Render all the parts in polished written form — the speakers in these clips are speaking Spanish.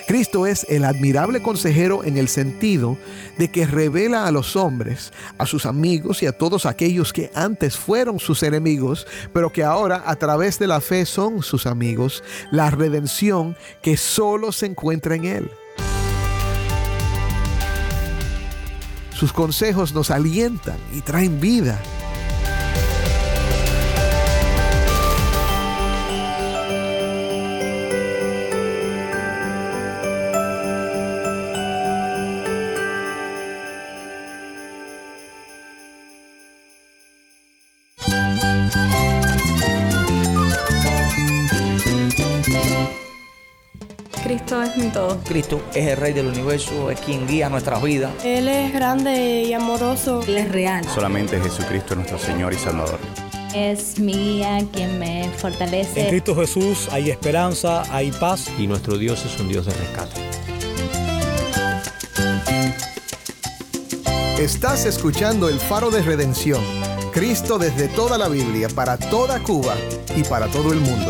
Cristo es el admirable consejero en el sentido de que revela a los hombres, a sus amigos y a todos aquellos que antes fueron sus enemigos, pero que ahora a través de la fe son sus amigos, la redención que solo se encuentra en Él. Sus consejos nos alientan y traen vida. Cristo es mi todo. Cristo es el Rey del universo, es quien guía nuestras vidas. Él es grande y amoroso. Él es real. Solamente Jesucristo es nuestro Señor y Salvador. Es mi guía quien me fortalece. En Cristo Jesús hay esperanza, hay paz. Y nuestro Dios es un Dios de rescate. Estás escuchando El Faro de Redención. Cristo desde toda la Biblia, para toda Cuba y para todo el mundo.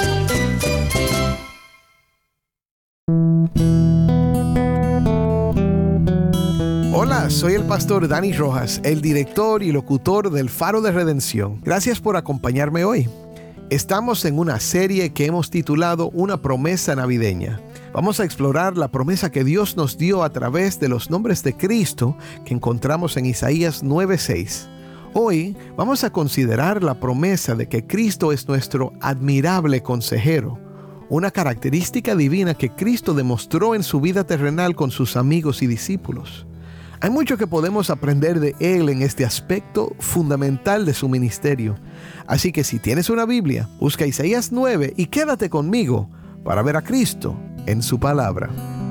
Hola, soy el pastor Dani Rojas, el director y locutor del Faro de Redención. Gracias por acompañarme hoy. Estamos en una serie que hemos titulado Una promesa navideña. Vamos a explorar la promesa que Dios nos dio a través de los nombres de Cristo que encontramos en Isaías 9:6. Hoy vamos a considerar la promesa de que Cristo es nuestro admirable consejero, una característica divina que Cristo demostró en su vida terrenal con sus amigos y discípulos. Hay mucho que podemos aprender de Él en este aspecto fundamental de su ministerio. Así que si tienes una Biblia, busca Isaías 9 y quédate conmigo para ver a Cristo en su palabra.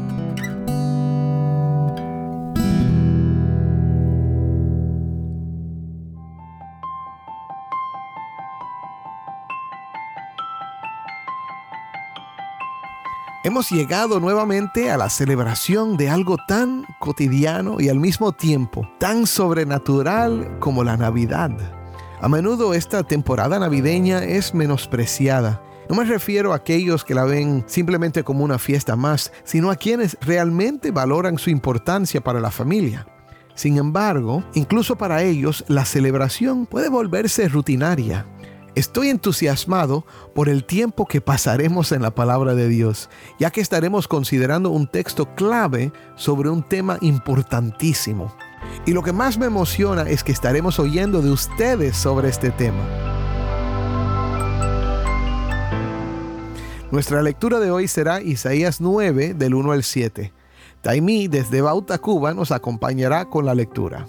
Hemos llegado nuevamente a la celebración de algo tan cotidiano y al mismo tiempo tan sobrenatural como la Navidad. A menudo esta temporada navideña es menospreciada. No me refiero a aquellos que la ven simplemente como una fiesta más, sino a quienes realmente valoran su importancia para la familia. Sin embargo, incluso para ellos, la celebración puede volverse rutinaria. Estoy entusiasmado por el tiempo que pasaremos en la palabra de Dios, ya que estaremos considerando un texto clave sobre un tema importantísimo. Y lo que más me emociona es que estaremos oyendo de ustedes sobre este tema. Nuestra lectura de hoy será Isaías 9, del 1 al 7. Taimí, desde Bauta, Cuba, nos acompañará con la lectura.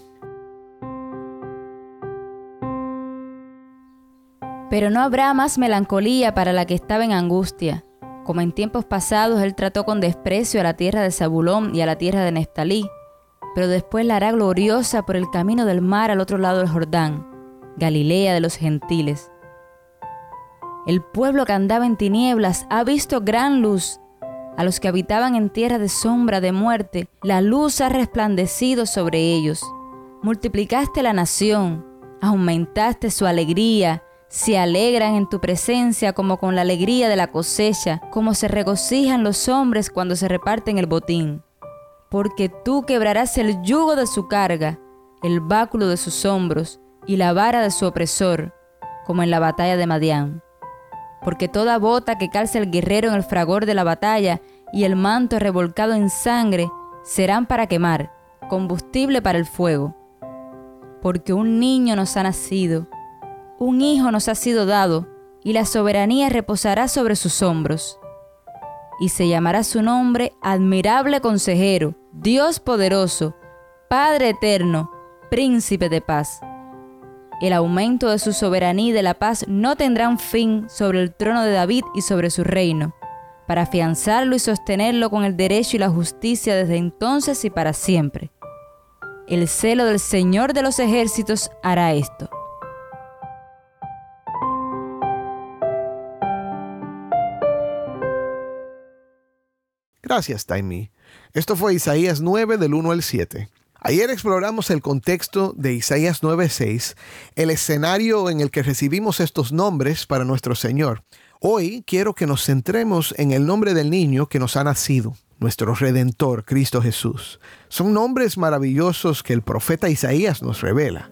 Pero no habrá más melancolía para la que estaba en angustia. Como en tiempos pasados él trató con desprecio a la tierra de Zabulón y a la tierra de Neftalí, pero después la hará gloriosa por el camino del mar al otro lado del Jordán, Galilea de los gentiles. El pueblo que andaba en tinieblas ha visto gran luz. A los que habitaban en tierra de sombra de muerte, la luz ha resplandecido sobre ellos. Multiplicaste la nación, aumentaste su alegría. Se alegran en tu presencia como con la alegría de la cosecha, como se regocijan los hombres cuando se reparten el botín. Porque tú quebrarás el yugo de su carga, el báculo de sus hombros y la vara de su opresor, como en la batalla de Madián. Porque toda bota que calza el guerrero en el fragor de la batalla y el manto revolcado en sangre serán para quemar, combustible para el fuego. Porque un niño nos ha nacido, un hijo nos ha sido dado, y la soberanía reposará sobre sus hombros. Y se llamará su nombre Admirable Consejero, Dios Poderoso, Padre Eterno, Príncipe de Paz. El aumento de su soberanía y de la paz no tendrán fin sobre el trono de David y sobre su reino, para afianzarlo y sostenerlo con el derecho y la justicia desde entonces y para siempre. El celo del Señor de los ejércitos hará esto. Gracias, Taimí. Esto fue Isaías 9, del 1 al 7. Ayer exploramos el contexto de Isaías 9:6, el escenario en el que recibimos estos nombres para nuestro Señor. Hoy quiero que nos centremos en el nombre del niño que nos ha nacido. nuestro Redentor, Cristo Jesús. Son nombres maravillosos que el profeta Isaías nos revela.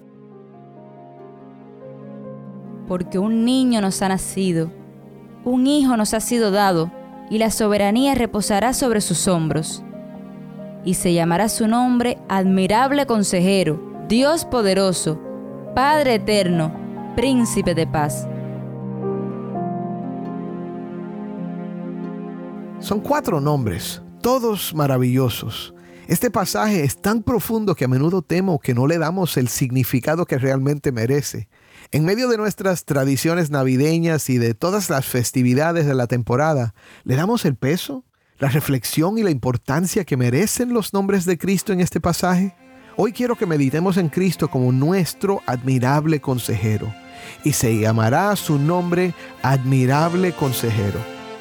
Porque un niño nos ha nacido, un hijo nos ha sido dado, y la soberanía reposará sobre sus hombros. Y se llamará su nombre Admirable Consejero, Dios Poderoso, Padre Eterno, Príncipe de Paz. Son 4 nombres, todos maravillosos. Este pasaje es tan profundo que a menudo temo que no le damos el significado que realmente merece. En medio de nuestras tradiciones navideñas y de todas las festividades de la temporada, ¿le damos el peso, la reflexión y la importancia que merecen los nombres de Cristo en este pasaje? Hoy quiero que meditemos en Cristo como nuestro admirable consejero, y se llamará su nombre Admirable Consejero.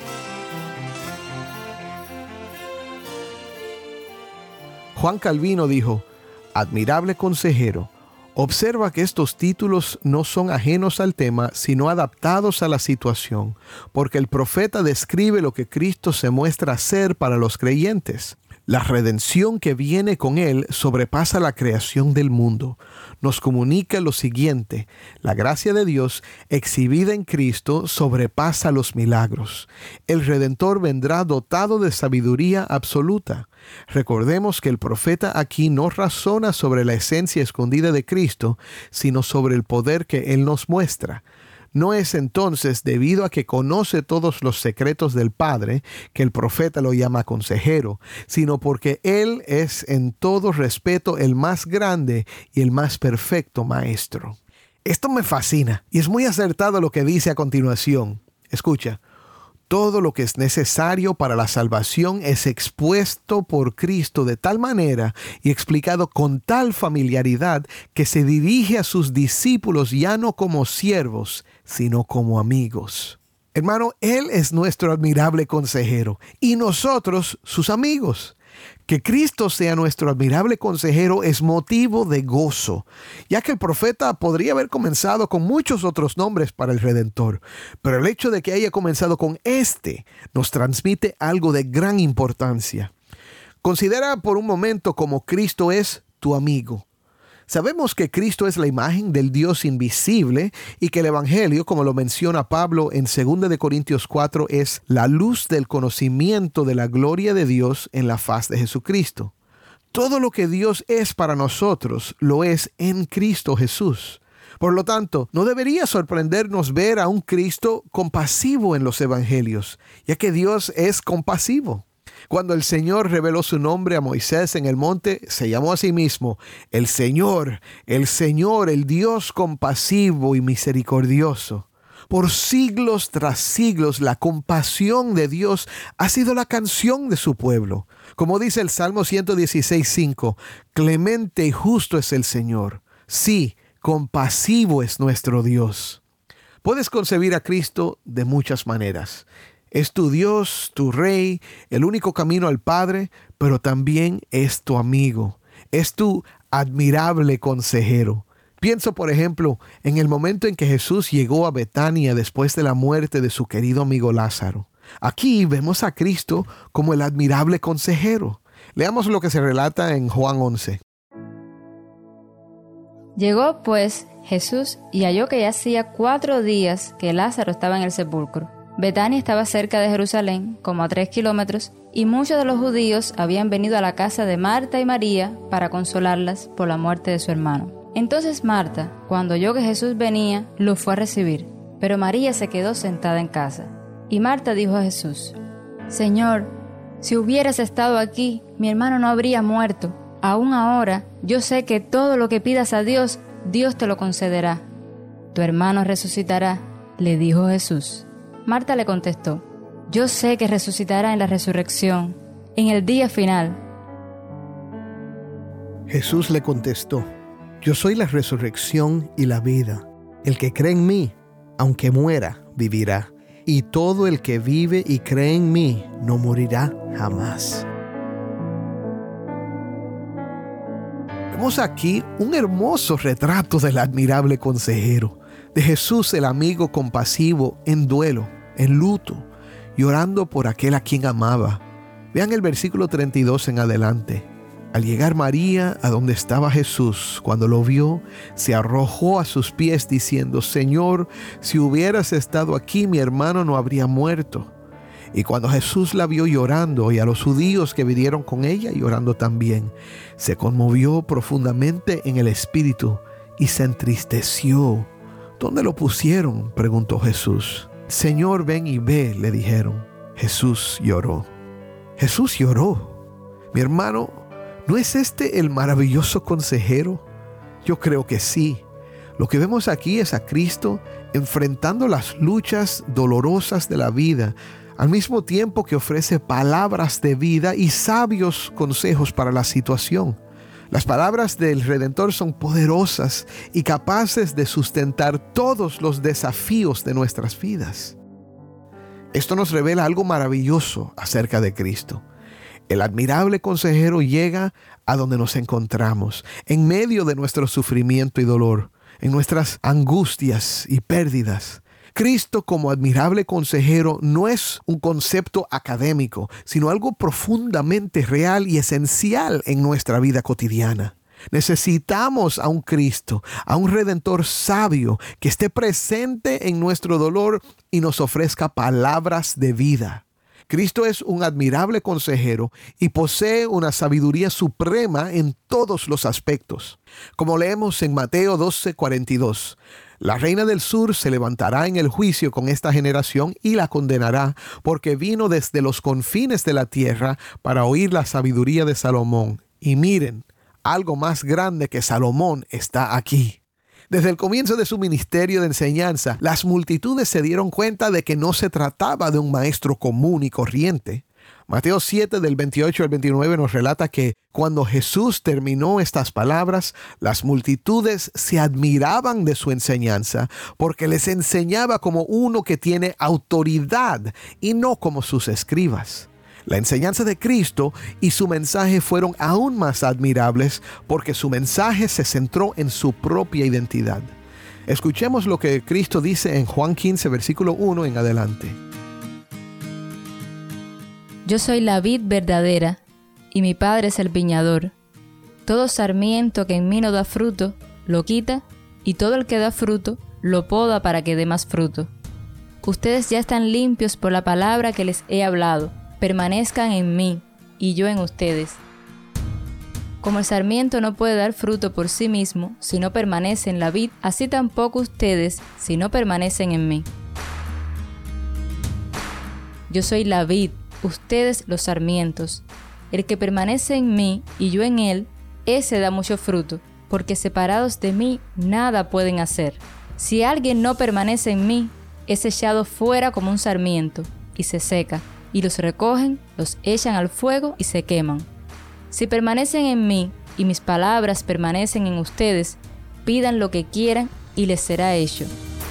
Juan Calvino dijo: admirable consejero. Observa que estos títulos no son ajenos al tema, sino adaptados a la situación, porque el profeta describe lo que Cristo se muestra ser para los creyentes. La redención que viene con él sobrepasa la creación del mundo. Nos comunica lo siguiente: la gracia de Dios exhibida en Cristo sobrepasa los milagros. El Redentor vendrá dotado de sabiduría absoluta. Recordemos que el profeta aquí no razona sobre la esencia escondida de Cristo, sino sobre el poder que Él nos muestra. No es entonces debido a que conoce todos los secretos del Padre que el profeta lo llama consejero, sino porque Él es en todo respeto el más grande y el más perfecto maestro. Esto me fascina y es muy acertado lo que dice a continuación. Escucha. Todo lo que es necesario para la salvación es expuesto por Cristo de tal manera y explicado con tal familiaridad que se dirige a sus discípulos ya no como siervos, sino como amigos. Hermano, Él es nuestro admirable consejero y nosotros sus amigos. Que Cristo sea nuestro admirable consejero es motivo de gozo, ya que el profeta podría haber comenzado con muchos otros nombres para el Redentor, pero el hecho de que haya comenzado con este nos transmite algo de gran importancia. Considera por un momento cómo Cristo es tu amigo. Sabemos que Cristo es la imagen del Dios invisible y que el Evangelio, como lo menciona Pablo en 2 de Corintios 4, es la luz del conocimiento de la gloria de Dios en la faz de Jesucristo. Todo lo que Dios es para nosotros lo es en Cristo Jesús. Por lo tanto, no debería sorprendernos ver a un Cristo compasivo en los Evangelios, ya que Dios es compasivo. Cuando el Señor reveló su nombre a Moisés en el monte, se llamó a sí mismo el Señor, el Dios compasivo y misericordioso. Por siglos tras siglos, la compasión de Dios ha sido la canción de su pueblo. Como dice el Salmo 116:5, clemente y justo es el Señor. Sí, compasivo es nuestro Dios. Puedes concebir a Cristo de muchas maneras. Es tu Dios, tu Rey, el único camino al Padre, pero también es tu amigo. Es tu admirable consejero. Pienso, por ejemplo, en el momento en que Jesús llegó a Betania después de la muerte de su querido amigo Lázaro. Aquí vemos a Cristo como el admirable consejero. Leamos lo que se relata en Juan 11. Llegó pues Jesús y halló que ya hacía 4 días que Lázaro estaba en el sepulcro. Betania estaba cerca de Jerusalén, como a 3 kilómetros, y muchos de los judíos habían venido a la casa de Marta y María para consolarlas por la muerte de su hermano. Entonces Marta, cuando oyó que Jesús venía, lo fue a recibir, pero María se quedó sentada en casa. Y Marta dijo a Jesús: Señor, si hubieras estado aquí, mi hermano no habría muerto. Aún ahora, yo sé que todo lo que pidas a Dios, Dios te lo concederá. Tu hermano resucitará, le dijo Jesús. Marta le contestó: yo sé que resucitará en la resurrección, en el día final. Jesús le contestó: yo soy la resurrección y la vida. El que cree en mí, aunque muera, vivirá. Y todo el que vive y cree en mí, no morirá jamás. Vemos aquí un hermoso retrato del admirable consejero, de Jesús el amigo compasivo en duelo, en luto, llorando por aquel a quien amaba. Vean el versículo 32 en adelante. Al llegar María a donde estaba Jesús, cuando lo vio, se arrojó a sus pies diciendo: Señor, si hubieras estado aquí, mi hermano no habría muerto. Y cuando Jesús la vio llorando, y a los judíos que vinieron con ella llorando también, se conmovió profundamente en el espíritu y se entristeció. ¿Dónde lo pusieron?, preguntó Jesús. Señor, ven y ve, le dijeron. Jesús lloró. Jesús lloró. Mi hermano, ¿no es este el maravilloso consejero? Yo creo que sí. Lo que vemos aquí es a Cristo enfrentando las luchas dolorosas de la vida, al mismo tiempo que ofrece palabras de vida y sabios consejos para la situación. Las palabras del Redentor son poderosas y capaces de sustentar todos los desafíos de nuestras vidas. Esto nos revela algo maravilloso acerca de Cristo. El admirable consejero llega a donde nos encontramos, en medio de nuestro sufrimiento y dolor, en nuestras angustias y pérdidas. Cristo como admirable consejero no es un concepto académico, sino algo profundamente real y esencial en nuestra vida cotidiana. Necesitamos a un Cristo, a un Redentor sabio que esté presente en nuestro dolor y nos ofrezca palabras de vida. Cristo es un admirable consejero y posee una sabiduría suprema en todos los aspectos. Como leemos en Mateo 12:42, la reina del sur se levantará en el juicio con esta generación y la condenará, porque vino desde los confines de la tierra para oír la sabiduría de Salomón. Y miren, algo más grande que Salomón está aquí. Desde el comienzo de su ministerio de enseñanza, las multitudes se dieron cuenta de que no se trataba de un maestro común y corriente. Mateo 7 del 28 al 29 nos relata que cuando Jesús terminó estas palabras, las multitudes se admiraban de su enseñanza porque les enseñaba como uno que tiene autoridad y no como sus escribas. La enseñanza de Cristo y su mensaje fueron aún más admirables porque su mensaje se centró en su propia identidad. Escuchemos lo que Cristo dice en Juan 15, versículo 1 en adelante. Yo soy la vid verdadera, y mi Padre es el viñador. Todo sarmiento que en mí no da fruto, lo quita, y todo el que da fruto, lo poda para que dé más fruto. Ustedes ya están limpios por la palabra que les he hablado. Permanezcan en mí, y yo en ustedes. Como el sarmiento no puede dar fruto por sí mismo si no permanece en la vid, así tampoco ustedes si no permanecen en mí. Yo soy la vid, ustedes los sarmientos. El que permanece en mí y yo en él, ese da mucho fruto, porque separados de mí nada pueden hacer. Si alguien no permanece en mí, es echado fuera como un sarmiento y se seca, y los recogen, los echan al fuego y se queman. Si permanecen en mí y mis palabras permanecen en ustedes, pidan lo que quieran y les será hecho.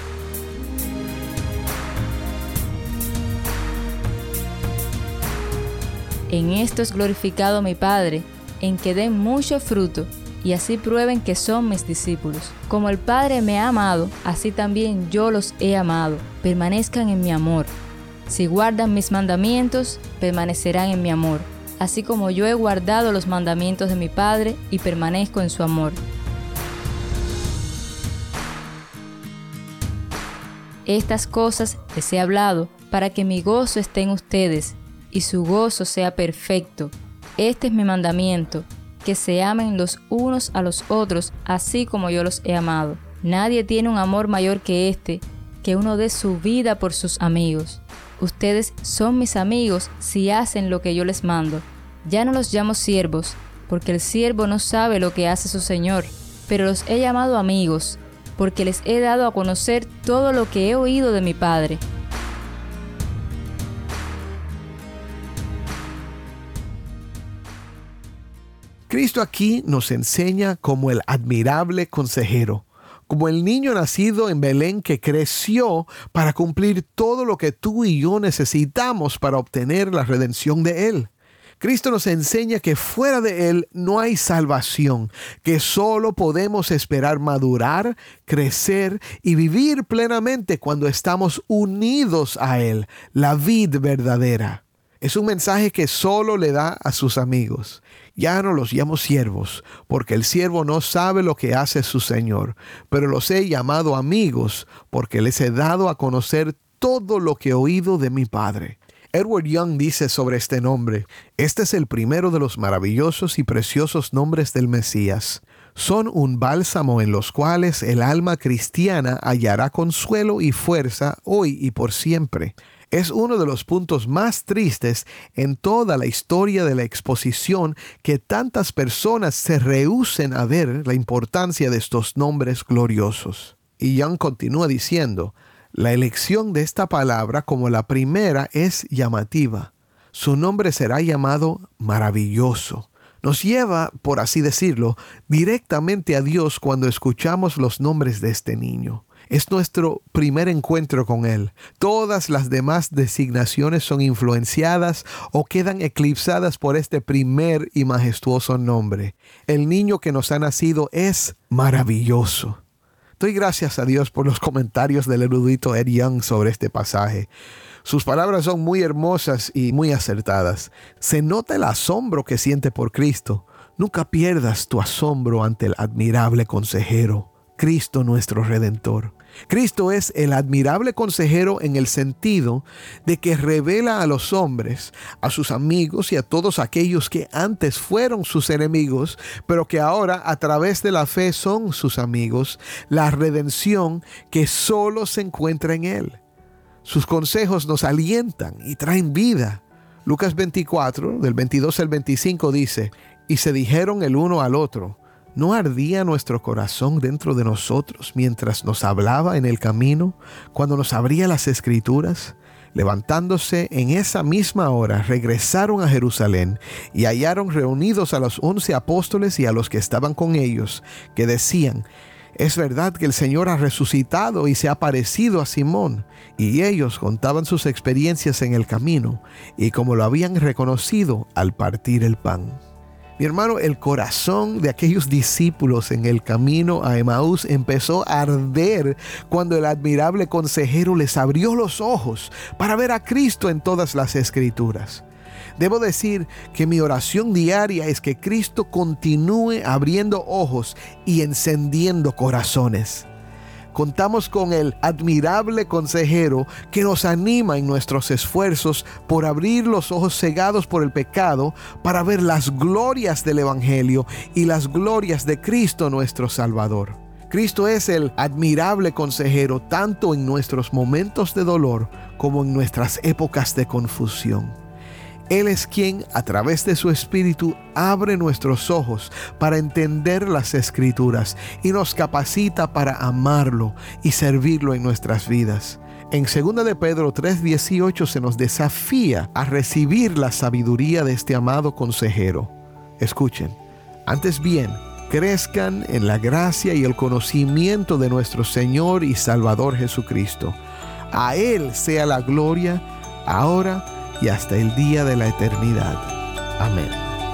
En esto es glorificado mi Padre, en que den mucho fruto, y así prueben que son mis discípulos. Como el Padre me ha amado, así también yo los he amado. Permanezcan en mi amor. Si guardan mis mandamientos, permanecerán en mi amor, así como yo he guardado los mandamientos de mi Padre y permanezco en su amor. Estas cosas les he hablado para que mi gozo esté en ustedes y su gozo sea perfecto. Este es mi mandamiento, que se amen los unos a los otros, así como yo los he amado. Nadie tiene un amor mayor que este, que uno dé su vida por sus amigos. Ustedes son mis amigos si hacen lo que yo les mando. Ya no los llamo siervos, porque el siervo no sabe lo que hace su señor, pero los he llamado amigos, porque les he dado a conocer todo lo que he oído de mi Padre. Cristo aquí nos enseña como el admirable consejero, como el niño nacido en Belén que creció para cumplir todo lo que tú y yo necesitamos para obtener la redención de Él. Cristo nos enseña que fuera de Él no hay salvación, que solo podemos esperar madurar, crecer y vivir plenamente cuando estamos unidos a Él, la vid verdadera. Es un mensaje que solo le da a sus amigos. Ya no los llamo siervos, porque el siervo no sabe lo que hace su señor, pero los he llamado amigos, porque les he dado a conocer todo lo que he oído de mi Padre. Edward Young dice sobre este nombre: este es el primero de los maravillosos y preciosos nombres del Mesías. Son un bálsamo en los cuales el alma cristiana hallará consuelo y fuerza hoy y por siempre. Es uno de los puntos más tristes en toda la historia de la exposición que tantas personas se rehúsen a ver la importancia de estos nombres gloriosos. Y Young continúa diciendo: la elección de esta palabra como la primera es llamativa. Su nombre será llamado maravilloso. Nos lleva, por así decirlo, directamente a Dios cuando escuchamos los nombres de este niño. Es nuestro primer encuentro con Él. Todas las demás designaciones son influenciadas o quedan eclipsadas por este primer y majestuoso nombre. El niño que nos ha nacido es maravilloso. Doy gracias a Dios por los comentarios del erudito Ed Young sobre este pasaje. Sus palabras son muy hermosas y muy acertadas. Se nota el asombro que siente por Cristo. Nunca pierdas tu asombro ante el admirable consejero, Cristo nuestro Redentor. Cristo es el admirable consejero en el sentido de que revela a los hombres, a sus amigos y a todos aquellos que antes fueron sus enemigos, pero que ahora a través de la fe son sus amigos, la redención que solo se encuentra en Él. Sus consejos nos alientan y traen vida. Lucas 24, del 22 al 25 dice: y se dijeron el uno al otro: ¿no ardía nuestro corazón dentro de nosotros mientras nos hablaba en el camino, cuando nos abría las Escrituras? Levantándose en esa misma hora, regresaron a Jerusalén y hallaron reunidos a los 11 apóstoles y a los que estaban con ellos, que decían: es verdad que el Señor ha resucitado y se ha aparecido a Simón. Y ellos contaban sus experiencias en el camino y cómo lo habían reconocido al partir el pan. Mi hermano, el corazón de aquellos discípulos en el camino a Emaús empezó a arder cuando el admirable consejero les abrió los ojos para ver a Cristo en todas las Escrituras. Debo decir que mi oración diaria es que Cristo continúe abriendo ojos y encendiendo corazones. Contamos con el admirable consejero que nos anima en nuestros esfuerzos por abrir los ojos cegados por el pecado para ver las glorias del Evangelio y las glorias de Cristo nuestro Salvador. Cristo es el admirable consejero tanto en nuestros momentos de dolor como en nuestras épocas de confusión. Él es quien, a través de su Espíritu, abre nuestros ojos para entender las Escrituras y nos capacita para amarlo y servirlo en nuestras vidas. En 2 de Pedro 3:18 se nos desafía a recibir la sabiduría de este amado consejero. Escuchen: antes bien, crezcan en la gracia y el conocimiento de nuestro Señor y Salvador Jesucristo. A Él sea la gloria, ahora y hasta el día de la eternidad. Amén.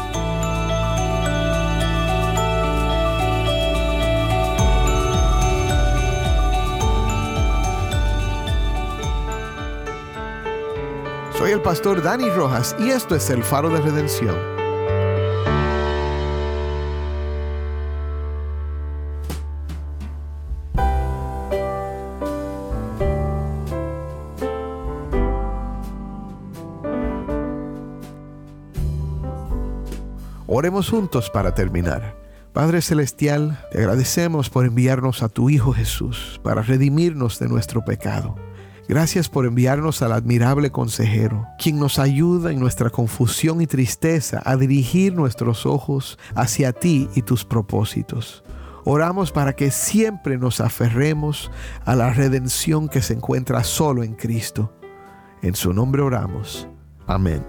Soy el pastor Dani Rojas y esto es el Faro de Redención. Oremos juntos para terminar. Padre Celestial, te agradecemos por enviarnos a tu Hijo Jesús para redimirnos de nuestro pecado. Gracias por enviarnos al admirable consejero, quien nos ayuda en nuestra confusión y tristeza a dirigir nuestros ojos hacia ti y tus propósitos. Oramos para que siempre nos aferremos a la redención que se encuentra solo en Cristo. En su nombre oramos. Amén.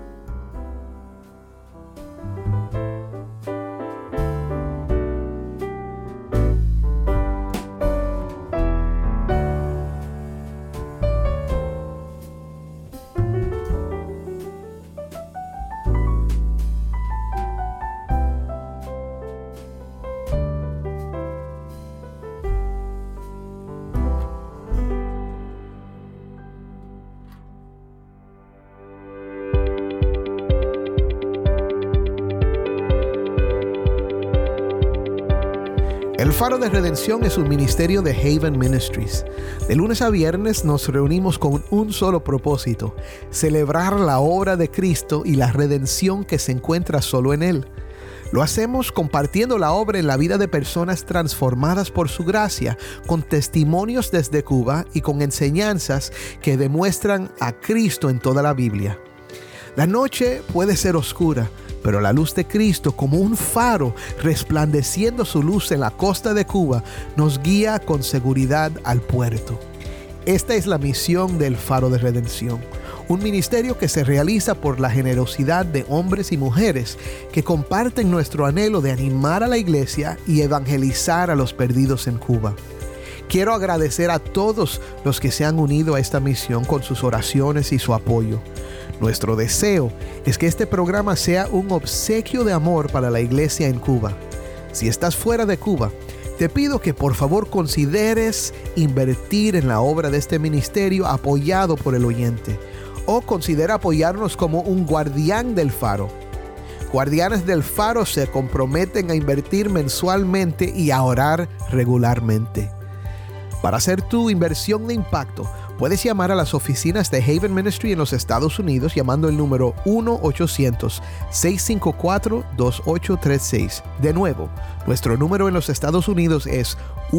El Faro de Redención es un ministerio de Haven Ministries. De lunes a viernes nos reunimos con un solo propósito: celebrar la obra de Cristo y la redención que se encuentra solo en Él. Lo hacemos compartiendo la obra en la vida de personas transformadas por su gracia, con testimonios desde Cuba y con enseñanzas que demuestran a Cristo en toda la Biblia. La noche puede ser oscura, pero la luz de Cristo, como un faro resplandeciendo su luz en la costa de Cuba, nos guía con seguridad al puerto. Esta es la misión del Faro de Redención, un ministerio que se realiza por la generosidad de hombres y mujeres que comparten nuestro anhelo de animar a la iglesia y evangelizar a los perdidos en Cuba. Quiero agradecer a todos los que se han unido a esta misión con sus oraciones y su apoyo. Nuestro deseo es que este programa sea un obsequio de amor para la iglesia en Cuba. Si estás fuera de Cuba, te pido que por favor consideres invertir en la obra de este ministerio apoyado por el oyente, o considera apoyarnos como un guardián del faro. Guardianes del Faro se comprometen a invertir mensualmente y a orar regularmente. Para hacer tu inversión de impacto, puedes llamar a las oficinas de Haven Ministry en los Estados Unidos llamando el número 1-800-654-2836. De nuevo, nuestro número en los Estados Unidos es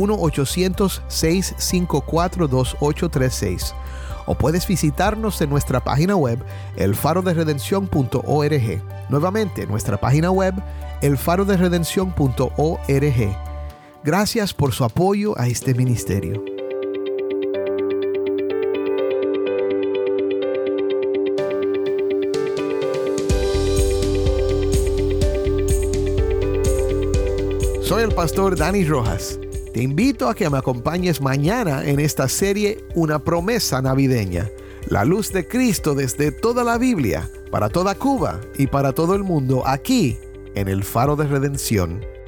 1-800-654-2836. O puedes visitarnos en nuestra página web, elfaroderedención.org. Nuevamente, nuestra página web, elfaroderedención.org. Gracias por su apoyo a este ministerio. Soy el pastor Dani Rojas. Te invito a que me acompañes mañana en esta serie Una promesa navideña. La luz de Cristo desde toda la Biblia, para toda Cuba y para todo el mundo, aquí en el Faro de Redención.